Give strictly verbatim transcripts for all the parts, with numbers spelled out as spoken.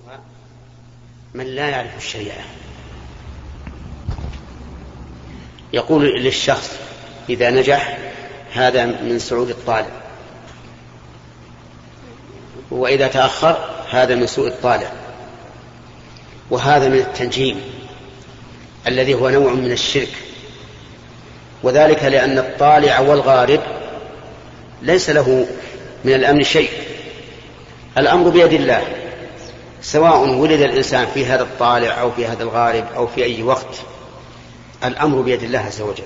يعرفها من لا يعرف الشريعة. يقول للشخص إذا نجح هذا من سعود الطالع، وإذا تأخر هذا من سوء الطالع، وهذا من التنجيم الذي هو نوع من الشرك، وذلك لأن الطالع والغارب ليس له من الأمن شيء، الأمر بيد الله، سواء ولد الإنسان في هذا الطالع أو في هذا الغارب أو في أي وقت، الأمر بيد الله عز وجل.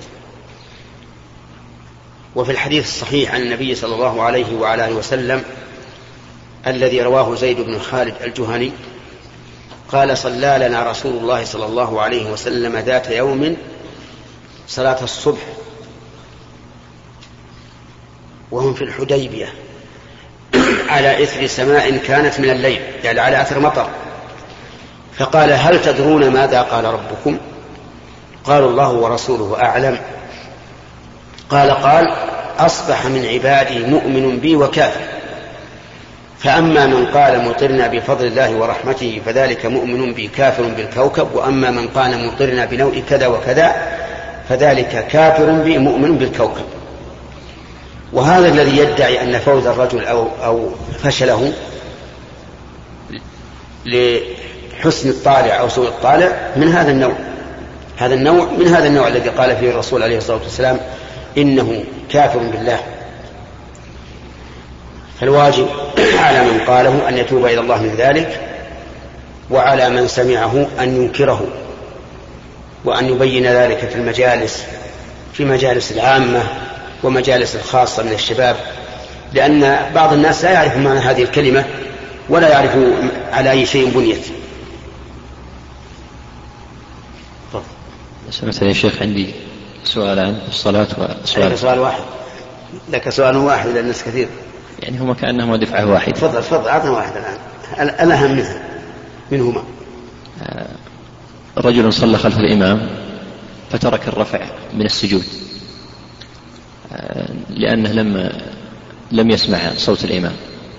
وفي الحديث الصحيح عن النبي صلى الله عليه وعلى آله وسلم الذي رواه زيد بن خالد الجهني قال: صلى لنا رسول الله صلى الله عليه وسلم ذات يوم صلاة الصبح وهم في الحديبية على إثر سماء كانت من الليل، يعني على أثر مطر، فقال: هل تدرون ماذا قال ربكم؟ قالوا: الله ورسوله أعلم. قال قال أصبح من عبادي مؤمن بي وكافر، فأما من قال مطرنا بفضل الله ورحمته فذلك مؤمن بي كافر بالكوكب، وأما من قال مطرنا بنوء كذا وكذا فذلك كافر بي مؤمن بالكوكب. وهذا الذي يدعي أن فوز الرجل أو, أو فشله لحسن الطالع أو سوء الطالع من هذا النوع هذا النوع من هذا النوع الذي قال فيه الرسول عليه الصلاة والسلام إنه كافر بالله. فالواجب على من قاله أن يتوب إلى الله من ذلك، وعلى من سمعه أن ينكره وأن يبين ذلك في المجالس في مجالس العامة ومجالس الخاصة من الشباب، لأن بعض الناس لا يعرف معنى هذه الكلمة ولا يعرف على أي شيء بنيت. سمعت يا شيخ عندي سؤالان في الصلاة وسؤال سؤال واحد. لك سؤال واحد للناس كثير، يعني هما كأنهما دفعة واحد. تفضل تفضل أعطنا واحد الآن الأهم منها منهما. رجل صلى خلف الإمام فترك الرفع من السجود لأنه لم لم يسمع صوت الإمام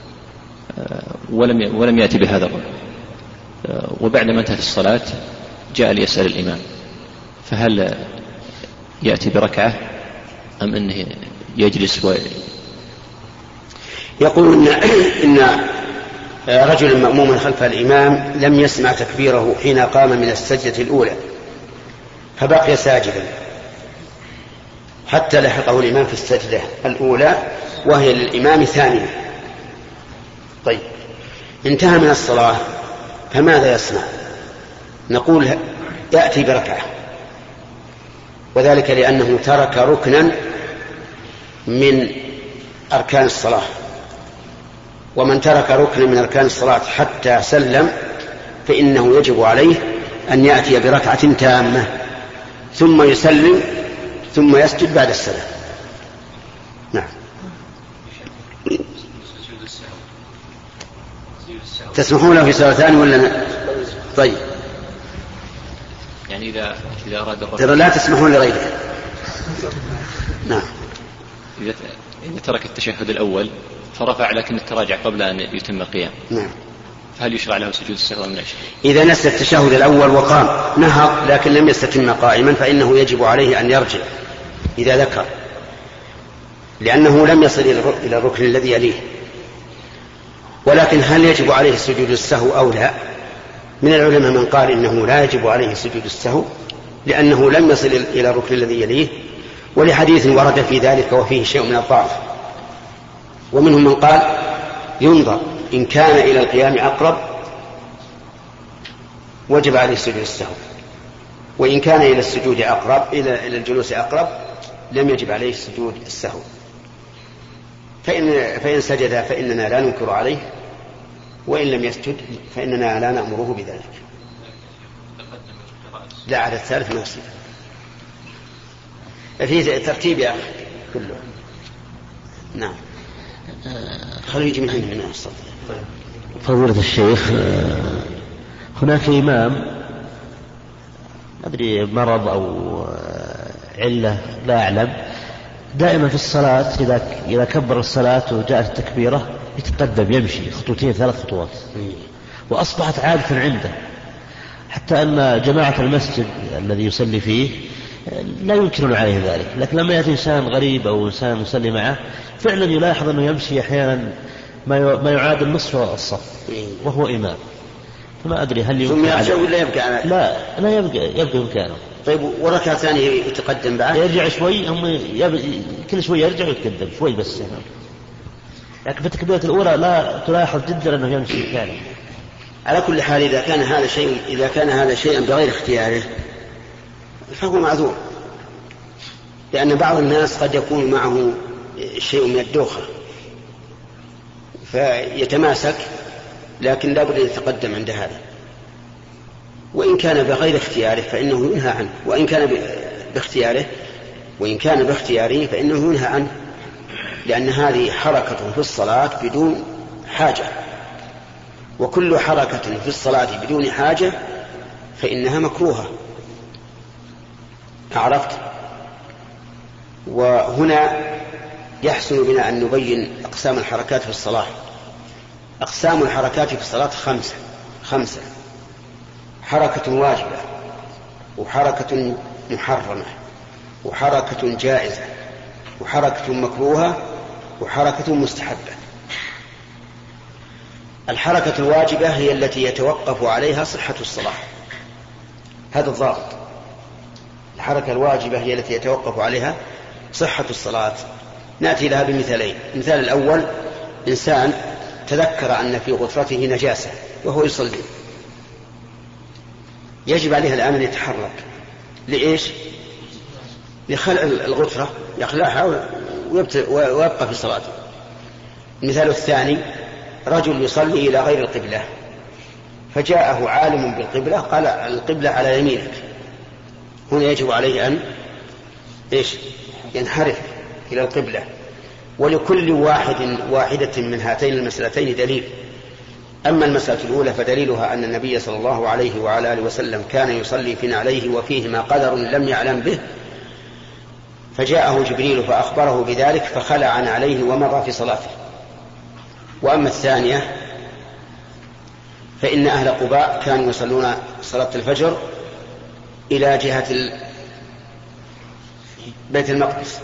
ولم ولم يأتي بهذا الركن، وبعدما انتهت الصلاة جاء ليسأل الإمام، فهل يأتي بركعة أم أنه يجلس و... يقول إن, إن رجل مأموم خلف الإمام لم يسمع تكبيره حين قام من السجدة الأولى فبقي ساجدا حتى لحقه الإمام في السجدة الأولى وهي للإمام ثانية. طيب انتهى من الصلاة فماذا يصنع؟ نقول يأتي بركعة، وذلك لأنه ترك ركنا من أركان الصلاة، ومن ترك ركنا من أركان الصلاة حتى سلم فإنه يجب عليه أن يأتي بركعة تامة ثم يسلم ثم يسجد بعد السلام. نعم. تسمحون له في صلاتان ولا؟ طيب يعني إذا إذا أراد الرجل لا تسمحون لغيره. نعم. إذا ترك التشهد الأول فرفع لكن التراجع قبل أن يتم القيام، نعم، فهل يشرع له سجود السهو من الشيء؟ إذا نسى التشهد الأول وقام نهض لكن لم يستتم قائما فإنه يجب عليه أن يرجع إذا ذكر، لأنه لم يصل إلى الركن الذي يليه. ولكن هل يجب عليه سجود السهو أو لا؟ من العلماء من قال إنه لا يجب عليه سجود السهو لأنه لم يصل إلى الركن الذي يليه، ولحديث ورد في ذلك وفيه شيء من الضعف. ومنهم من قال ينظر إن كان إلى القيام أقرب وجب عليه سجود السهو، وإن كان إلى السجود أقرب إلى الجلوس أقرب لم يجب عليه سجود السهو. فإن, فإن سجد فإننا لا ننكر عليه، وإن لم يسجد فإننا لا نأمره بذلك. لا على الثالث ما يصير في ترتيب يا أخي كله. نعم. خلوا يجي من هنا من الصف. فضيلة الشيخ، هناك إمام أدري مرض أو علة لا أعلم دائما في الصلاة إذا إذا كبر الصلاة وجاءت التكبيرة يتقدم يمشي خطوتين ثلاث خطوات، وأصبحت عادة عنده، حتى أن جماعة المسجد الذي يصلي فيه لا ينكرون عليه ذلك، لكن لما يأتي إنسان غريب أو إنسان يصلي معه فعلا يلاحظ أنه يمشي أحيانا ما يعادل نصف الصف وهو إمام، فما أدري هل ثم يرجع ولا يبقى؟ لا لا يبقى يبقى مكانه. طيب وركعة ثانية يتقدم بعد؟ يرجع شوي، هم يب... كل شوي يرجع ويتقدم شوي بس هنا. لكن في التكبيرة الأولى لا تلاحظ جدا أنه يمشي مكانه. على كل حال إذا كان هذا شيء إذا كان هذا شيئا بغير اختياره فهو معذور، لأن بعض الناس قد يكون معه شيء من الدوخة فيتماسك، لكن لا بد أن يتقدم عند هذا. وإن كان بغير اختياره فإنه ينهى عنه، وإن كان باختياره وإن كان باختياره فإنه ينهى عنه، لأن هذه حركة في الصلاة بدون حاجة، وكل حركة في الصلاة بدون حاجة فإنها مكروهة. عرفت؟ وهنا يحسن بنا أن نبين أقسام الحركات في الصلاة. أقسام الحركات في الصلاة خمسة خمسة حركة واجبة، وحركة محرمة، وحركة جائزة، وحركة مكروهة، وحركة مستحبة. الحركة الواجبة هي التي يتوقف عليها صحة الصلاة، هذا الضابط. الحركة الواجبة هي التي يتوقف عليها صحة الصلاة. نأتي لها بمثالين. المثال الأول: إنسان تذكر أن في غرفته نجاسة وهو يصلي، يجب عليه الآن أن يتحرك. لإيش؟ لخلع الغرفة، يخلعها ويبقى في صلاته. المثال الثاني: رجل يصلي إلى غير القبلة، فجاءه عالم بالقبلة قال: القبلة على يمينك. هنا يجب عليه أن إيش؟ ينحرف إلى القبلة. ولكل واحد واحدة من هاتين المسألتين دليل. أما المسألة الأولى فدليلها أن النبي صلى الله عليه وعلى آله وسلم كان يصلي في نعليه وفيهما قدر لم يعلم به، فجاءه جبريل فأخبره بذلك فخلع عن عليه ومضى في صلاته. وأما الثانية فإن أهل قباء كانوا يصلون صلاة الفجر إلى جهة بيت المقدس،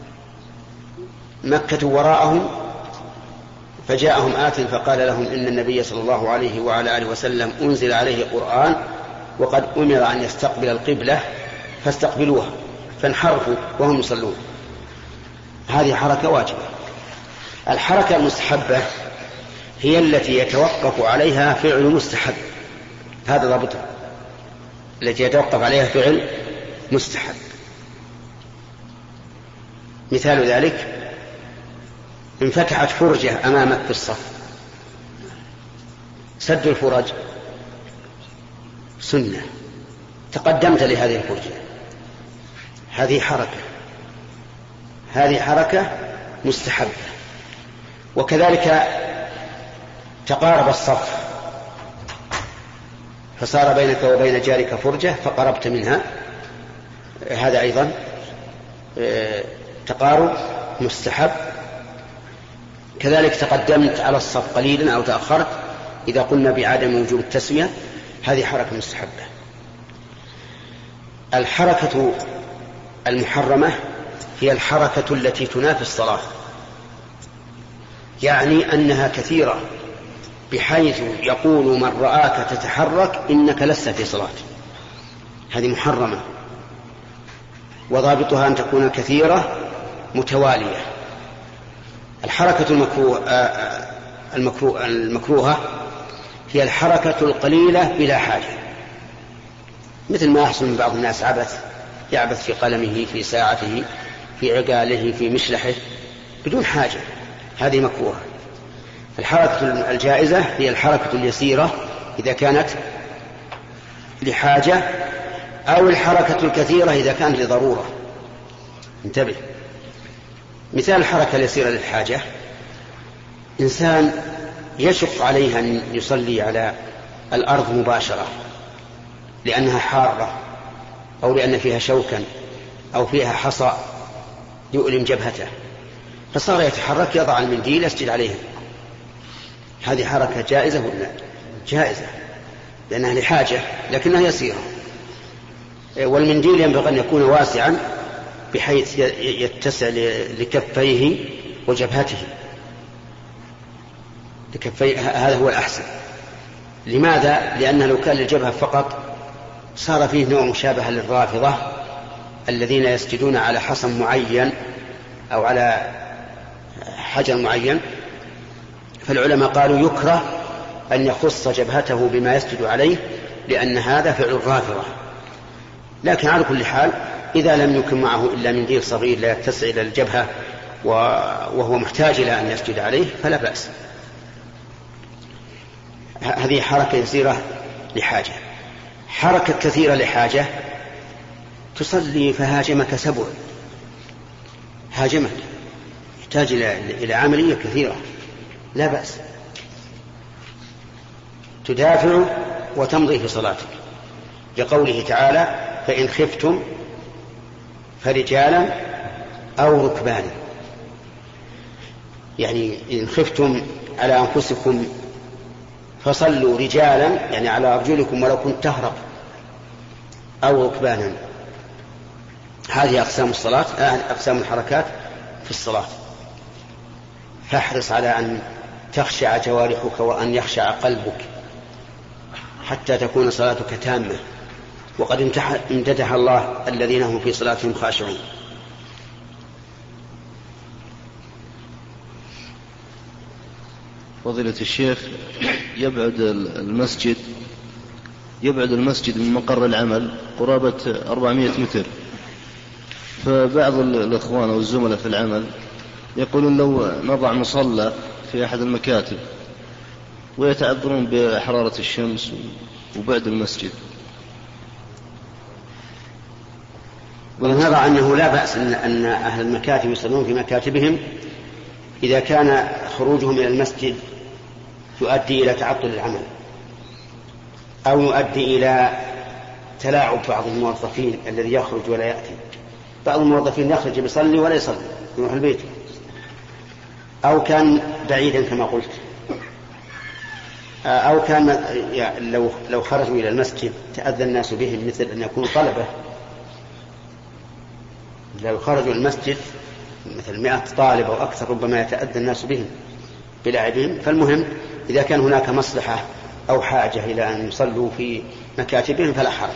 مكة وراءهم، فجاءهم آت فقال لهم إن النبي صلى الله عليه وعلى آله وسلم أنزل عليه قرآن وقد أمر أن يستقبل القبلة فاستقبلوها، فانحرفوا وهم يصلون. هذه حركة واجبة. الحركة المستحبة هي التي يتوقف عليها فعل مستحب، هذا ضابطها، التي يتوقف عليها فعل مستحب. مثال ذلك: انفتحت فرجة أمامك في الصف، سد الفرج سنة، تقدمت لهذه الفرجة، هذه حركة هذه حركة مستحبة. وكذلك تقارب الصف فصار بينك وبين جارك فرجة فقربت منها، هذا أيضا تقارب مستحب. كذلك تقدمت على الصف قليلا أو تأخرت، إذا قلنا بعدم وجوب التسوية، هذه حركة مستحبة. الحركة المحرمة هي الحركة التي تنافي الصلاة، يعني أنها كثيرة بحيث يقول من رآك تتحرك إنك لست في صلاة، هذه محرمة. وضابطها أن تكون كثيرة متوالية. الحركة المكروه المكروه المكروهة هي الحركة القليلة بلا حاجة، مثل ما يحصل من بعض الناس عبث، يعبث في قلمه، في ساعته، في عقاله، في مشلحه بدون حاجة، هذه مكروهة. الحركة الجائزة هي الحركة اليسيرة إذا كانت لحاجة، أو الحركة الكثيرة إذا كانت لضرورة. انتبه. مثال الحركة اليسيرة للحاجة: إنسان يشق عليه أن يصلي على الأرض مباشرة لأنها حارة، أو لأن فيها شوكا، أو فيها حصى يؤلم جبهته، فصار يتحرك، يضع المنديل يسجد عليه، هذه حركة جائزة ولا جائزة لأنها لحاجة لكنها يسيرة. والمنديل ينبغي أن يكون واسعا بحيث يتسع لكفيه وجبهته، لكفيه، هذا هو الأحسن. لماذا؟ لأنه لو كان للجبهة فقط صار فيه نوع مشابه للرافضة الذين يسجدون على حصن معين أو على حجر معين، فالعلماء قالوا يكره أن يخص جبهته بما يسجد عليه لأن هذا فعل الرافضة. لكن على كل حال إذا لم يكن معه إلا منديل صغير لا يتسع إلى الجبهة وهو محتاج إلى أن يسجد عليه فلا بأس. هذه حركة يسيرة لحاجة. حركة كثيرة لحاجة، تصلي فهاجمك سبع، هاجمك يحتاج إلى عملية كثيرة لا بأس، تدافع وتمضي في صلاتك، لقوله تعالى فإن خفتم فرجالا أو ركبانا. يعني إن خفتم على أنفسكم فصلوا رجالا يعني على أرجلكم ولو كنت تهرب، أو ركبانا. هذه أقسام الصلاة، أقسام الحركات في الصلاة. فاحرص على أن تخشع جوارحك وأن يخشع قلبك حتى تكون صلاتك تامة. وقد امتدح الله الذين هم في صلاتهم خاشعون. فضيلة الشيخ، يبعد المسجد يبعد المسجد من مقر العمل قرابة أربعمائة متر، فبعض الإخوان والزملاء في العمل يقولون لو نضع مصلى في أحد المكاتب، ويتعذرون بحرارة الشمس وبعد المسجد. ونرى أنه لا بأس أن أهل المكاتب يصلون في مكاتبهم إذا كان خروجهم إلى المسجد يؤدي إلى تعطل العمل أو يؤدي إلى تلاعب بعض الموظفين الذي يخرج ولا يأتي. بعض الموظفين يخرج يصلي ولا يصلي يروح البيت، أو كان بعيدا كما قلت، أو كان لو لو خرجوا إلى المسجد تأذى الناس بهم، مثل أن يكونوا طلبة. لو خرجوا المسجد مثل مئة طالب أو أكثر ربما يتأذى الناس بهم بلعبهم. فالمهم إذا كان هناك مصلحة أو حاجة إلى أن يصلوا في مكاتبهم فلا حرج.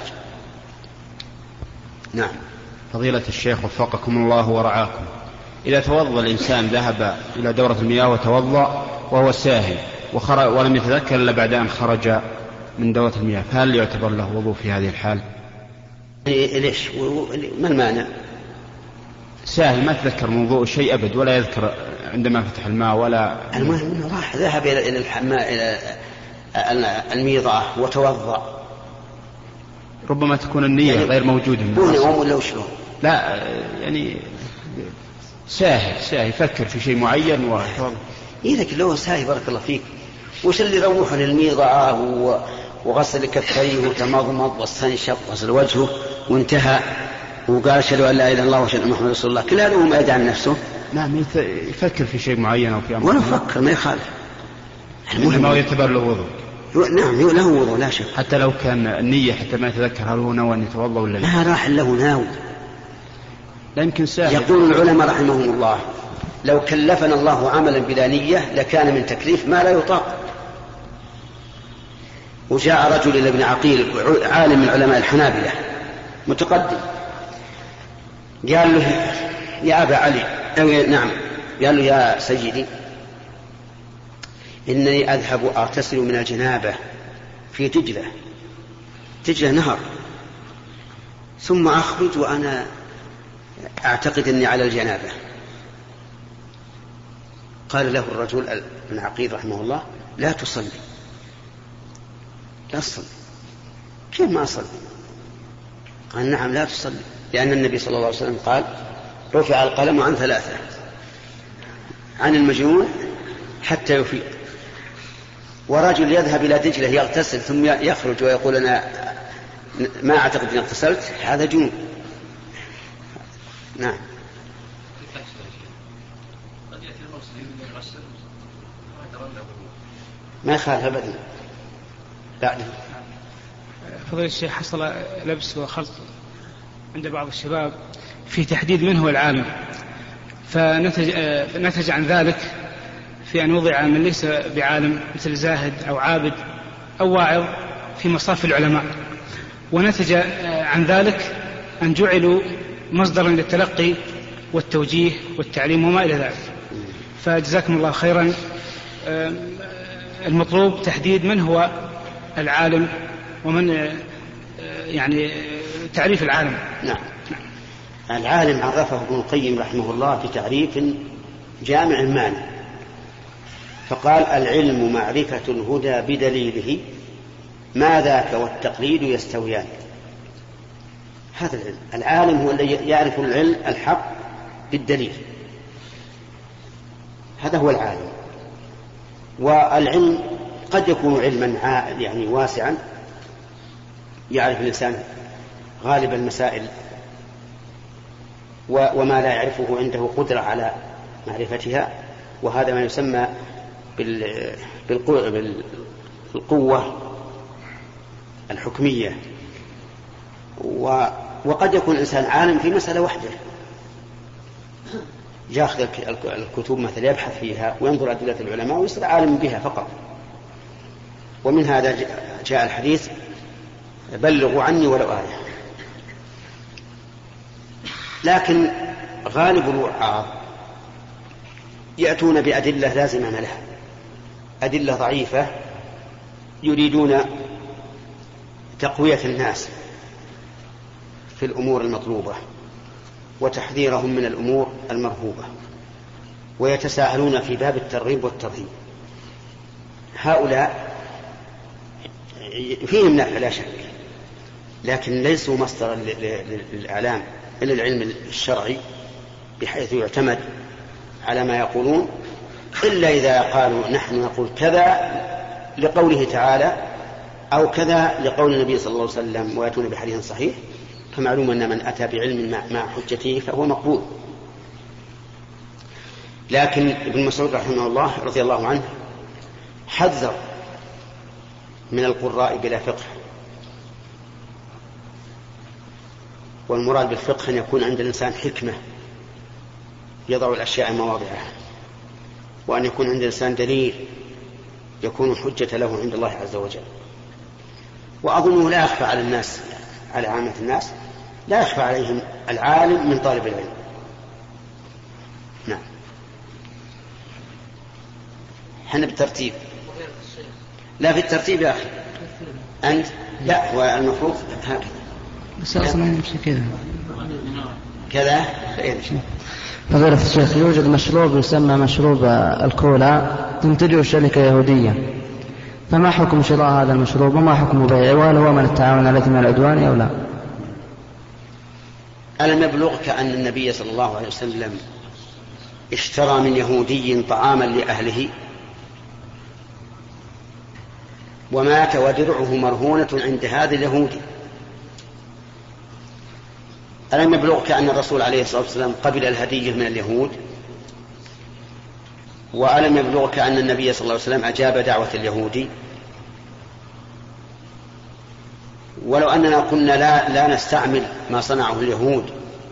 نعم. فضيلة الشيخ وفقكم الله ورعاكم، إذا توضأ الإنسان ذهب إلى دورة المياه وتوضأ وهو ساهي ولم يتذكر إلا بعد أن خرج من دورة المياه، فهل يعتبر له وضوء في هذه الحال؟ ليش؟ ما المانع؟ ساهي ما تذكر من وضوء شيء أبد، ولا يذكر عندما فتح الماء ولا. المهم أنه راح ذهب إلى الحمام إلى الميضة وتوضأ. ربما تكون النية يعني غير موجودة. هو نوم ولا وشلون؟ لا يعني ساهي ساهي يفكر في شيء معين وتوضأ. إيه لكن لو ساهي بارك الله فيك وش اللي روحه للميضة وغسل كفيه وتمضمض واستنشق وغسل وجهه وانتهى وقال أشهد أن لا إله إلا الله وأشهد أن محمدا رسول الله، كل هذا ما يدعي عن نفسه. نعم يفكر في شيء معين أو في أمر. ولا يفكر ما يخالف. المهم ما يعتبر له وضوء. نعم له وضوء لا شك. حتى لو كان النية حتى ما يتذكر هل هو نوى أن يتوضأ ولا لا. ما راح له ناوي. لا يمكن ساهل. يقول العلماء رحمهم الله لو كلفنا الله عملا بلا نية لكان من تكليف ما لا يطاق. وجاء رجل إلى ابن عقيل عالم من علماء الحنابلة متقدم، قال له يا أبا علي، نعم، قال له يا سيدي إنني أذهب أغتسل من الجنابة في دجلة، دجلة نهر، ثم أخرج وأنا أعتقد أني على الجنابة. قال له الرجل ابن عقيل رحمه الله لا تصلي، لا تصلي. كيف ما أصلي؟ قال نعم لا تصلي، لأن النبي صلى الله عليه وسلم قال رفع القلم عن ثلاثة، عن المجنون حتى يفيق، ورجل يذهب إلى دجلة يغتسل ثم يخرج ويقول أنا ما أعتقد أني اغتسلت، هذا جنون. نعم. ما يخالف أبدا، بعد. فضيلة الشيخ، حصل لبس وخلط عند بعض الشباب في تحديد من هو العالم، فنتج نتج عن ذلك في أن وضع من ليس بعالم مثل زاهد أو عابد أو واعظ في مصاف العلماء، ونتج عن ذلك أن جعلوا مصدرا للتلقي والتوجيه والتعليم وما إلى ذلك. فجزاكم الله خيرا. المطلوب تحديد من هو العالم ومن يعني تعريف العالم. نعم. العالم عرفه ابن القيم رحمه الله في تعريف جامع مانع، فقال: العلم معرفة الهدى بدليله، ما ذاك والتقليد يستويان. هذا العلم. العالم هو الذي يعرف العلم الحق بالدليل، هذا هو العالم. والعلم قد يكون علما يعني واسعا، يعرف الإنسان غالب المسائل وما لا يعرفه عنده قدرة على معرفتها، وهذا ما يسمى بالقوة الحكمية. وقد يكون الإنسان عالم في مسألة واحدة، يأخذ الكتب مثلا يبحث فيها وينظر أدلة العلماء ويصير عالم بها فقط. ومن هذا جاء الحديث: بلغوا عني ولو آية. لكن غالب الوعاظ يأتون بأدلة لازمة لها، أدلة ضعيفة يريدون تقوية الناس في الأمور المطلوبة وتحذيرهم من الأمور المرهوبة، ويتساهلون في باب الترغيب والترهيب. هؤلاء فيهم نفع لا شك، لكن ليسوا مصدرا للإعلام إلا العلم الشرعي، بحيث يعتمد على ما يقولون، إلا إذا قالوا نحن نقول كذا لقوله تعالى أو كذا لقول النبي صلى الله عليه وسلم ويأتون بحديث صحيح، فمعلوم أن من أتى بعلم مع حجته فهو مقبول. لكن ابن مسعود رحمه الله رضي الله عنه حذر من القراء بلا فقه، والمراد بالفقه أن يكون عند الإنسان حكمة يضع الأشياء مواضعها، وأن يكون عند الإنسان دليل يكون حجة له عند الله عز وجل. وأظنه لا يخفى على الناس، على عامة الناس لا يخفى عليهم العالم من طالب العلم. نعم. حنا بالترتيب، لا في الترتيب يا أخي أنت، لا هو المفروض هكذا، بس أصلا يمشي كذا كذا. فضيلة الشيخ، يوجد مشروب يسمى مشروب الكولا تنتجه الشركة يهودية، فما حكم شراء هذا المشروب وما حكم بيعه، وهل هو من التعاون على الإثم والعدوان أو لا؟ ألم يبلغك أن النبي صلى الله عليه وسلم اشترى من يهودي طعاما لأهله ومات ودرعه مرهونة عند هذا اليهودي؟ ألم يبلغك أن الرسول عليه الصلاة والسلام قبل الهدية من اليهود؟ وألم يبلغك أن النبي صلى الله عليه وسلم أجاب دعوة اليهودي؟ ولو أننا قلنا لا, لا نستعمل ما صنعه اليهود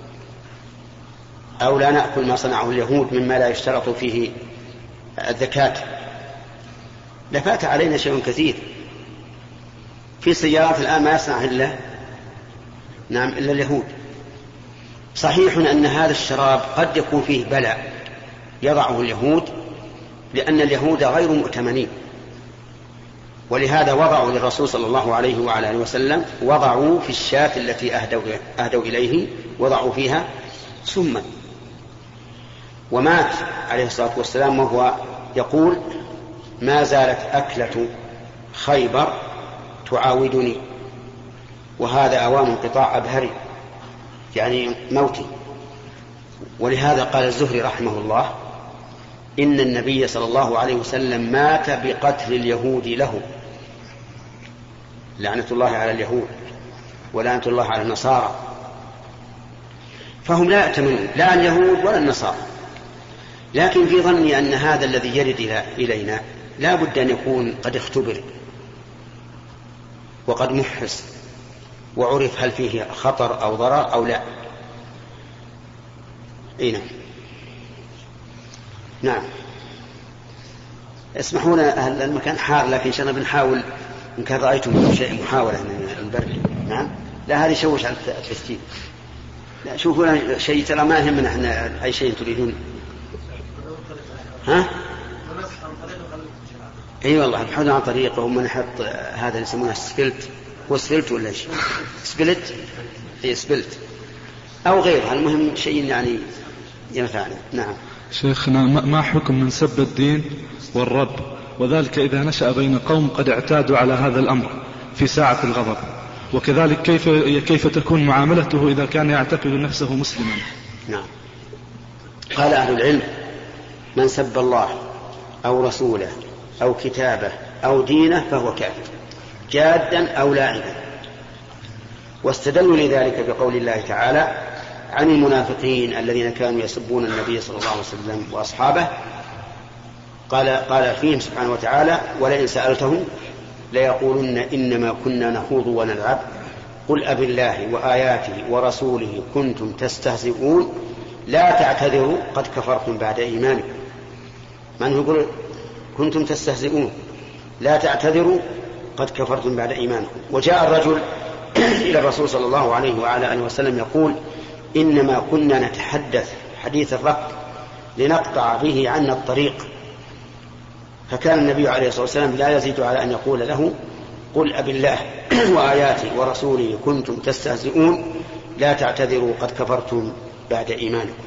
أو لا نأكل ما صنعه اليهود مما لا يشترط فيه الزكاة لفات علينا شيء كثير. في سيارات الآن ما يصنع إلا نعم إلا اليهود. صحيح أن هذا الشراب قد يكون فيه بلاء يضعه اليهود، لأن اليهود غير مؤتمنين، ولهذا وضعوا للرسول صلى الله عليه وعلى آله وسلم، وضعوا في الشاة التي أهدوا, أهدوا إليه وضعوا فيها سما، ومات عليه الصلاة والسلام وهو يقول: ما زالت أكلة خيبر تعاودني، وهذا أوان انقطاع أبهري، يعني موتي. ولهذا قال الزهري رحمه الله: إن النبي صلى الله عليه وسلم مات بقتل اليهود له، لعنة الله على اليهود ولعنة الله على النصارى. فهم لا يأتمنون لا اليهود ولا النصارى. لكن في ظني أن هذا الذي يرد إلينا لا بد أن يكون قد اختبر، وقد محرز وعرف هل فيه خطر أو ضرر أو لا. اي نعم. نعم. اسمحوا لنا أهل المكان حار، لكن إن شاء الله بنحاول إن كان رأيتم شيء محاولة من البرد. نعم. لا هذه شوش على التسجيل. لا شوفوا لنا شيء ترى ما يهمنا احنا أي شيء تريدون. ها؟ اي أيوة والله نحاول عن طريقه وما نحط هذا اللي يسمونه سفلت. هو سفلت ولا ايش؟ سبلت. هي سبلت أو غيرها، المهم شيء يعني ينفعنا. نعم. شيخنا ما حكم من سب الدين والرب، وذلك إذا نشأ بين قوم قد اعتادوا على هذا الأمر في ساعة الغضب، وكذلك كيف كيف تكون معاملته إذا كان يعتقد نفسه مسلما؟ نعم. قال أهل العلم: من سب الله أو رسوله أو كتابه أو دينه فهو كافر جادا أو لاعبا. واستدلوا لذلك بقول الله تعالى عن المنافقين الذين كانوا يسبون النبي صلى الله عليه وسلم وأصحابه، قال قال فيهم سبحانه وتعالى: ولئن سألتهم ليقولن إنما كنا نخوض ونلعب قل أب الله وآياته ورسوله كنتم تستهزئون لا تعتذروا قد كفرتم بعد إيمانكم. من يقول كنتم تستهزئون لا تعتذروا قد كفرتم بعد إيمانكم. وجاء الرجل إلى الرسول صلى الله عليه وعلى آله وسلم يقول: إنما كنا نتحدث حديث الرق لنقطع به عنا الطريق. فكان النبي عليه الصلاة والسلام لا يزيد على أن يقول له: قل أب الله وآياته ورسوله كنتم تستهزئون لا تعتذروا قد كفرتم بعد إيمانكم.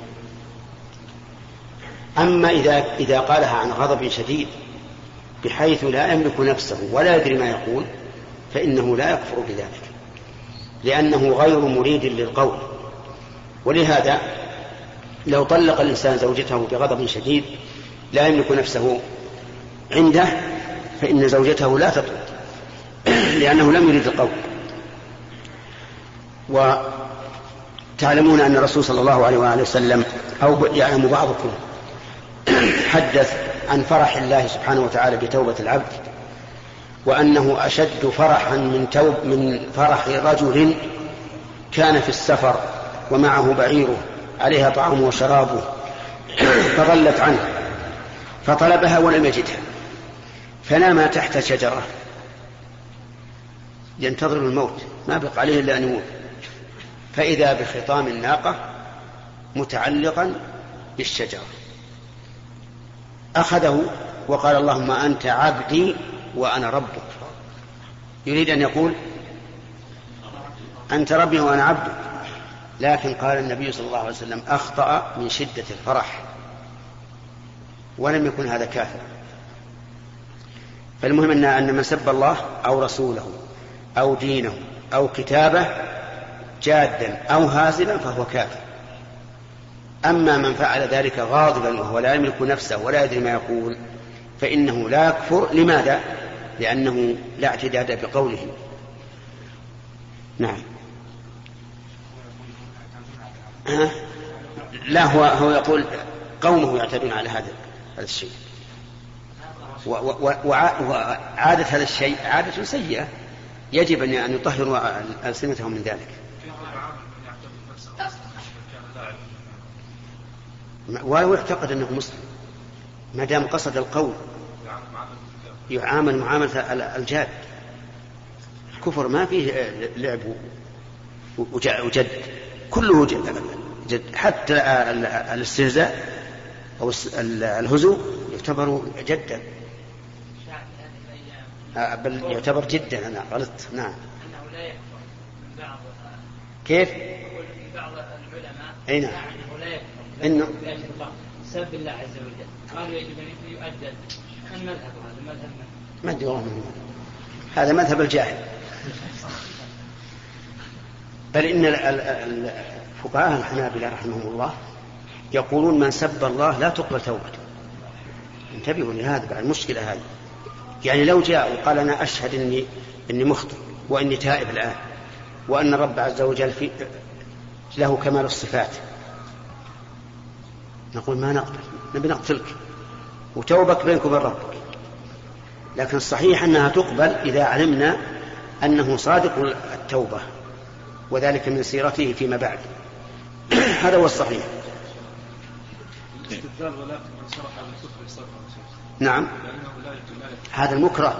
أما إذا, إذا قالها عن غضب شديد بحيث لا يملك نفسه ولا يدري ما يقول فإنه لا يكفر بذلك، لأنه غير مريد للقول. ولهذا لو طلق الإنسان زوجته بغضب شديد لا يملك نفسه عنده فإن زوجته لا تطلق لأنه لم يريد القول. وتعلمون أن الرسول صلى الله عليه وآله وسلم أو يعلم بعضكم حدث عن فرح الله سبحانه وتعالى بتوبة العبد، وأنه أشد فرحا من, توب من فرح رجل كان في السفر ومعه بعيره عليها طعامه وشرابه فضلت عنه فطلبها ولم يجدها فنام تحت شجرة ينتظر الموت ما بقى عليه إلا أن يموت، فإذا بخطام الناقة متعلقا بالشجرة أخذه وقال: اللهم أنت عبدي وأنا ربك. يريد أن يقول أنت ربي وأنا عبدك، لكن قال النبي صلى الله عليه وسلم: أخطأ من شدة الفرح، ولم يكن هذا كافر. فالمهم أن أن من سب الله أو رسوله أو دينه أو كتابه جادا أو هازلا فهو كافر. أما من فعل ذلك غاضبا وهو لا يملك نفسه ولا يدري ما يقول فإنه لا يكفر. لماذا؟ لأنه لا اعتداد بقوله. نعم. أه؟ لا هو, هو يقول قومه يعتدون على هذا هذا الشيء، وعادة هذا الشيء عادة سيئة يجب أن يطهروا ألسنتهم من ذلك. ولو اعتقد أنه مسلم ما دام قصد القول يعامل معاملة الجاد. الكفر ما فيه لعب وجد، كله جد، حتى الاستهزاء أو الهزو يعتبر جدا، بل يعتبر جدا. أنا غلطت. نعم. كيف؟ بعض العلماء أي نعم. إنه سب الله عز وجل قالوا يجب أن يؤدب. المذهب هذا مذهب ما أدري والله، هذا مذهب الجاهل. بل إن الفقهاء الحنابلة رحمهم الله يقولون من سب الله لا تقبل توبته. انتبهوا لهذا بعد المشكلة هذه. يعني لو جاء وقال أنا أشهد إني إني مخطئ وإني تائب الآن وأن الرب عز وجل في له كمال الصفات، نقول ما نقبل، نبي نقتلك وتوبك بينك وبين ربك. لكن الصحيح أنها تقبل إذا علمنا أنه صادق التوبة، وذلك من سيرته فيما بعد. هذا هو الصحيح. نعم، هذا المكره،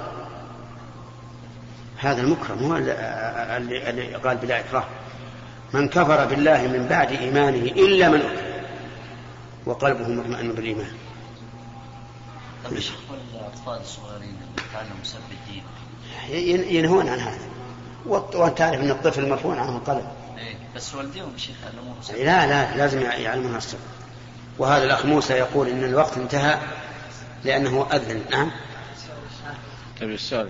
هذا المكره هو اللي قال بلا إكراه. من كفر بالله من بعد إيمانه إلا من أكره وقلبه مطمئن بالإيمان. طيب الشيخ، والأطفال الصغيرين اللي تعلموا سب الدين ينهون عن هذا، وأنت تعرف أن الطفل مرفوع عنه القلم. إيه بس والديهم الشيخ يعلمون سب. لا لا لازم يعلمون السب. وهذا الأخ موسى يقول إن الوقت انتهى لأنه أذن. نعم. طيب السؤال.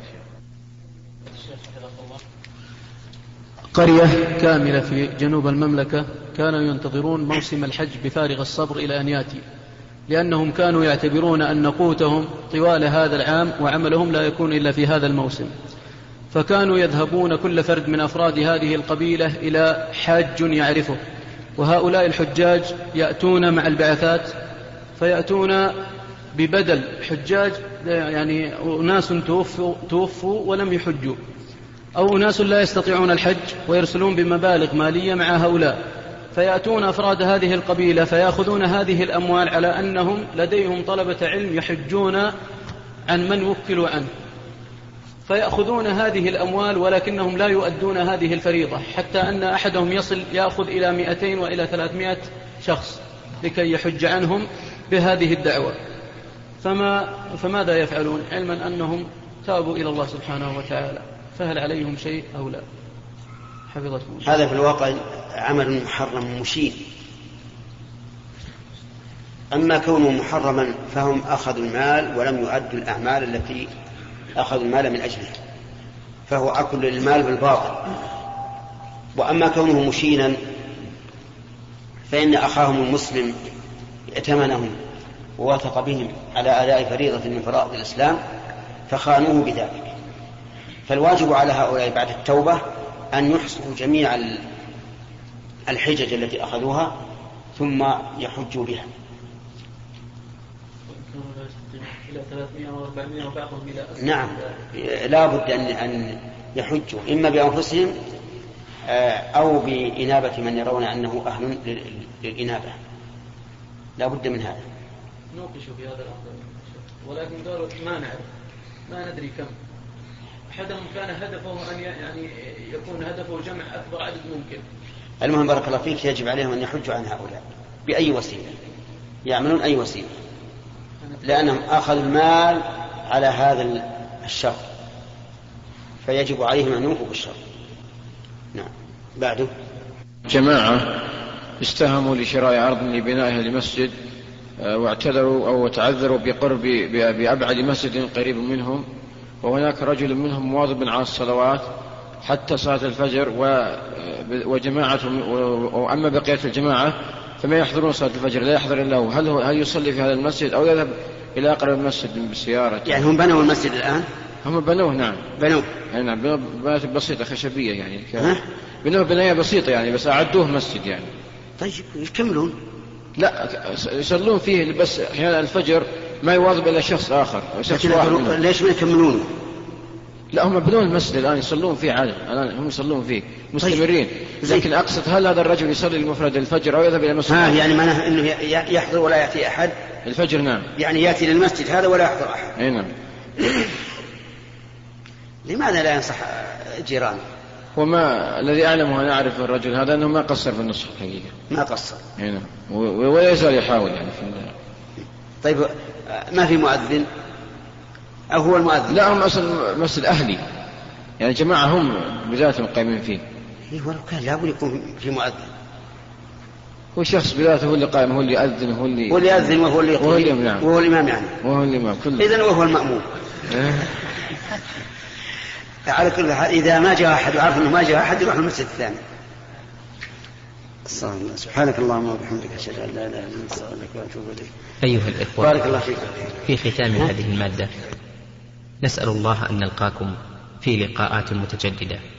قرية كاملة في جنوب المملكة كانوا ينتظرون موسم الحج بفارغ الصبر إلى أن يأتي، لأنهم كانوا يعتبرون أن قوتهم طوال هذا العام وعملهم لا يكون إلا في هذا الموسم، فكانوا يذهبون كل فرد من أفراد هذه القبيلة إلى حاج يعرفه، وهؤلاء الحجاج يأتون مع البعثات فيأتون ببدل حجاج، يعني أناس توفوا, توفوا ولم يحجوا، أو أناس لا يستطيعون الحج ويرسلون بمبالغ مالية مع هؤلاء، فيأتون أفراد هذه القبيلة فيأخذون هذه الأموال على أنهم لديهم طلبة علم يحجون عن من وكلوا عنه، فيأخذون هذه الأموال ولكنهم لا يؤدون هذه الفريضة، حتى أن أحدهم يصل يأخذ إلى مئتين وإلى ثلاثمائة شخص لكي يحج عنهم بهذه الدعوة. فما فماذا يفعلون علما أنهم تابوا إلى الله سبحانه وتعالى؟ فهل عليهم شيء أو لا؟ حفظكم. هذا في الواقع عمل محرم مشين. أما كونه محرما فهم أخذوا المال ولم يؤدوا الأعمال التي أخذوا المال من أجلها، فهو أكل المال بالباطل. وأما كونه مشينا فإن أخاهم المسلم ائتمنهم ووثق بهم على أداء فريضة من فرائض الإسلام فخانوه بذلك. فالواجب على هؤلاء بعد التوبة أن يحصوا جميع الحجج التي أخذوها ثم يحجوا بها. نعم، لا بد أن يحجوا إما بأنفسهم أو بإنابة من يرون أنه أهل للإنابة، لا بد من هذا. نوقشوا في هذا الأمر، ولكن قالوا ما نعرف، ما ندري كم. أحدهم كان هدفه أن يعني يكون هدفه جمع أكبر عدد ممكن. المهم بارك الله فيك، يجب عليهم أن يحجوا عن هؤلاء بأي وسيلة، يعملون أي وسيلة، لأنهم أخذوا المال على هذا الشر، فيجب عليهم أن ينفوا بالشر. نعم. بعده جماعة استهموا لشراء أرض لبنائها لمسجد واعتذروا أو تعذروا بقرب بأبعد مسجد قريب منهم، وهناك رجل منهم مواظب على الصلوات حتى صلاة الفجر وجماعة، وأما بقية الجماعة فما يحضرون صلاة الفجر لا يحضر إلا هو، هل, هو هل يصلي في هذا المسجد أو يذهب إلى أقرب المسجد بسيارة؟ يعني هم بنوا المسجد الآن؟ هم بنوه. نعم بنوه. نعم بنوه بناية بسيطة خشبية يعني، بنوه بناية بسيطة يعني، بس أعدوه مسجد يعني. طيب يكملون؟ لا يصلون فيه، بس أحيانا الفجر ما يواظب إلا شخص آخر شخص واحد. ليش ما يكملونه؟ لا هم بنون المسجد الآن يصلون فيه عادة، الآن هم يصلون فيه مستمرين. طيب. لكن أقصد هل هذا الرجل يصلي المفرد الفجر أو يذهب إلى المسجد؟ ها يعني معناه أنه يحضر ولا يأتي أحد الفجر؟ نعم، يعني يأتي للمسجد هذا ولا يحضر أحد. أي نعم. لماذا لا ينصح جيرانه؟ وما الذي أعلمه أنا أعرف الرجل هذا أنه ما قصر في النصح الحقيقة، ما قصر. أي نعم، ولا يزال يحاول يعني في الله. طيب ما في مؤذن أو هو المؤذن؟ لا هم أصلا مسجد أهلي يعني جماعة هم بذاتهم قائمين فيه. إيه ولو كان لابد يكون في مؤذن. هو شخص بذاته هو اللي قائم، هو اللي يأذن، هو اللي هو اللي يأذن وهو اللي وهو اللي نعم. وهو الإمام يعني. وهو الإمام كله. إذن وهو المأموم. على كل حال إذا ما جاء أحد وعرف أنه ما جاء أحد يروح المسجد الثاني. سبحانك اللهم وبحمدك أشهد أن لا إله إلا أنت أستغفرك وأتوب إليك. أيها الإخوة، بارك الله فيك. في ختام هذه المادة نسأل الله أن نلقاكم في لقاءات متجددة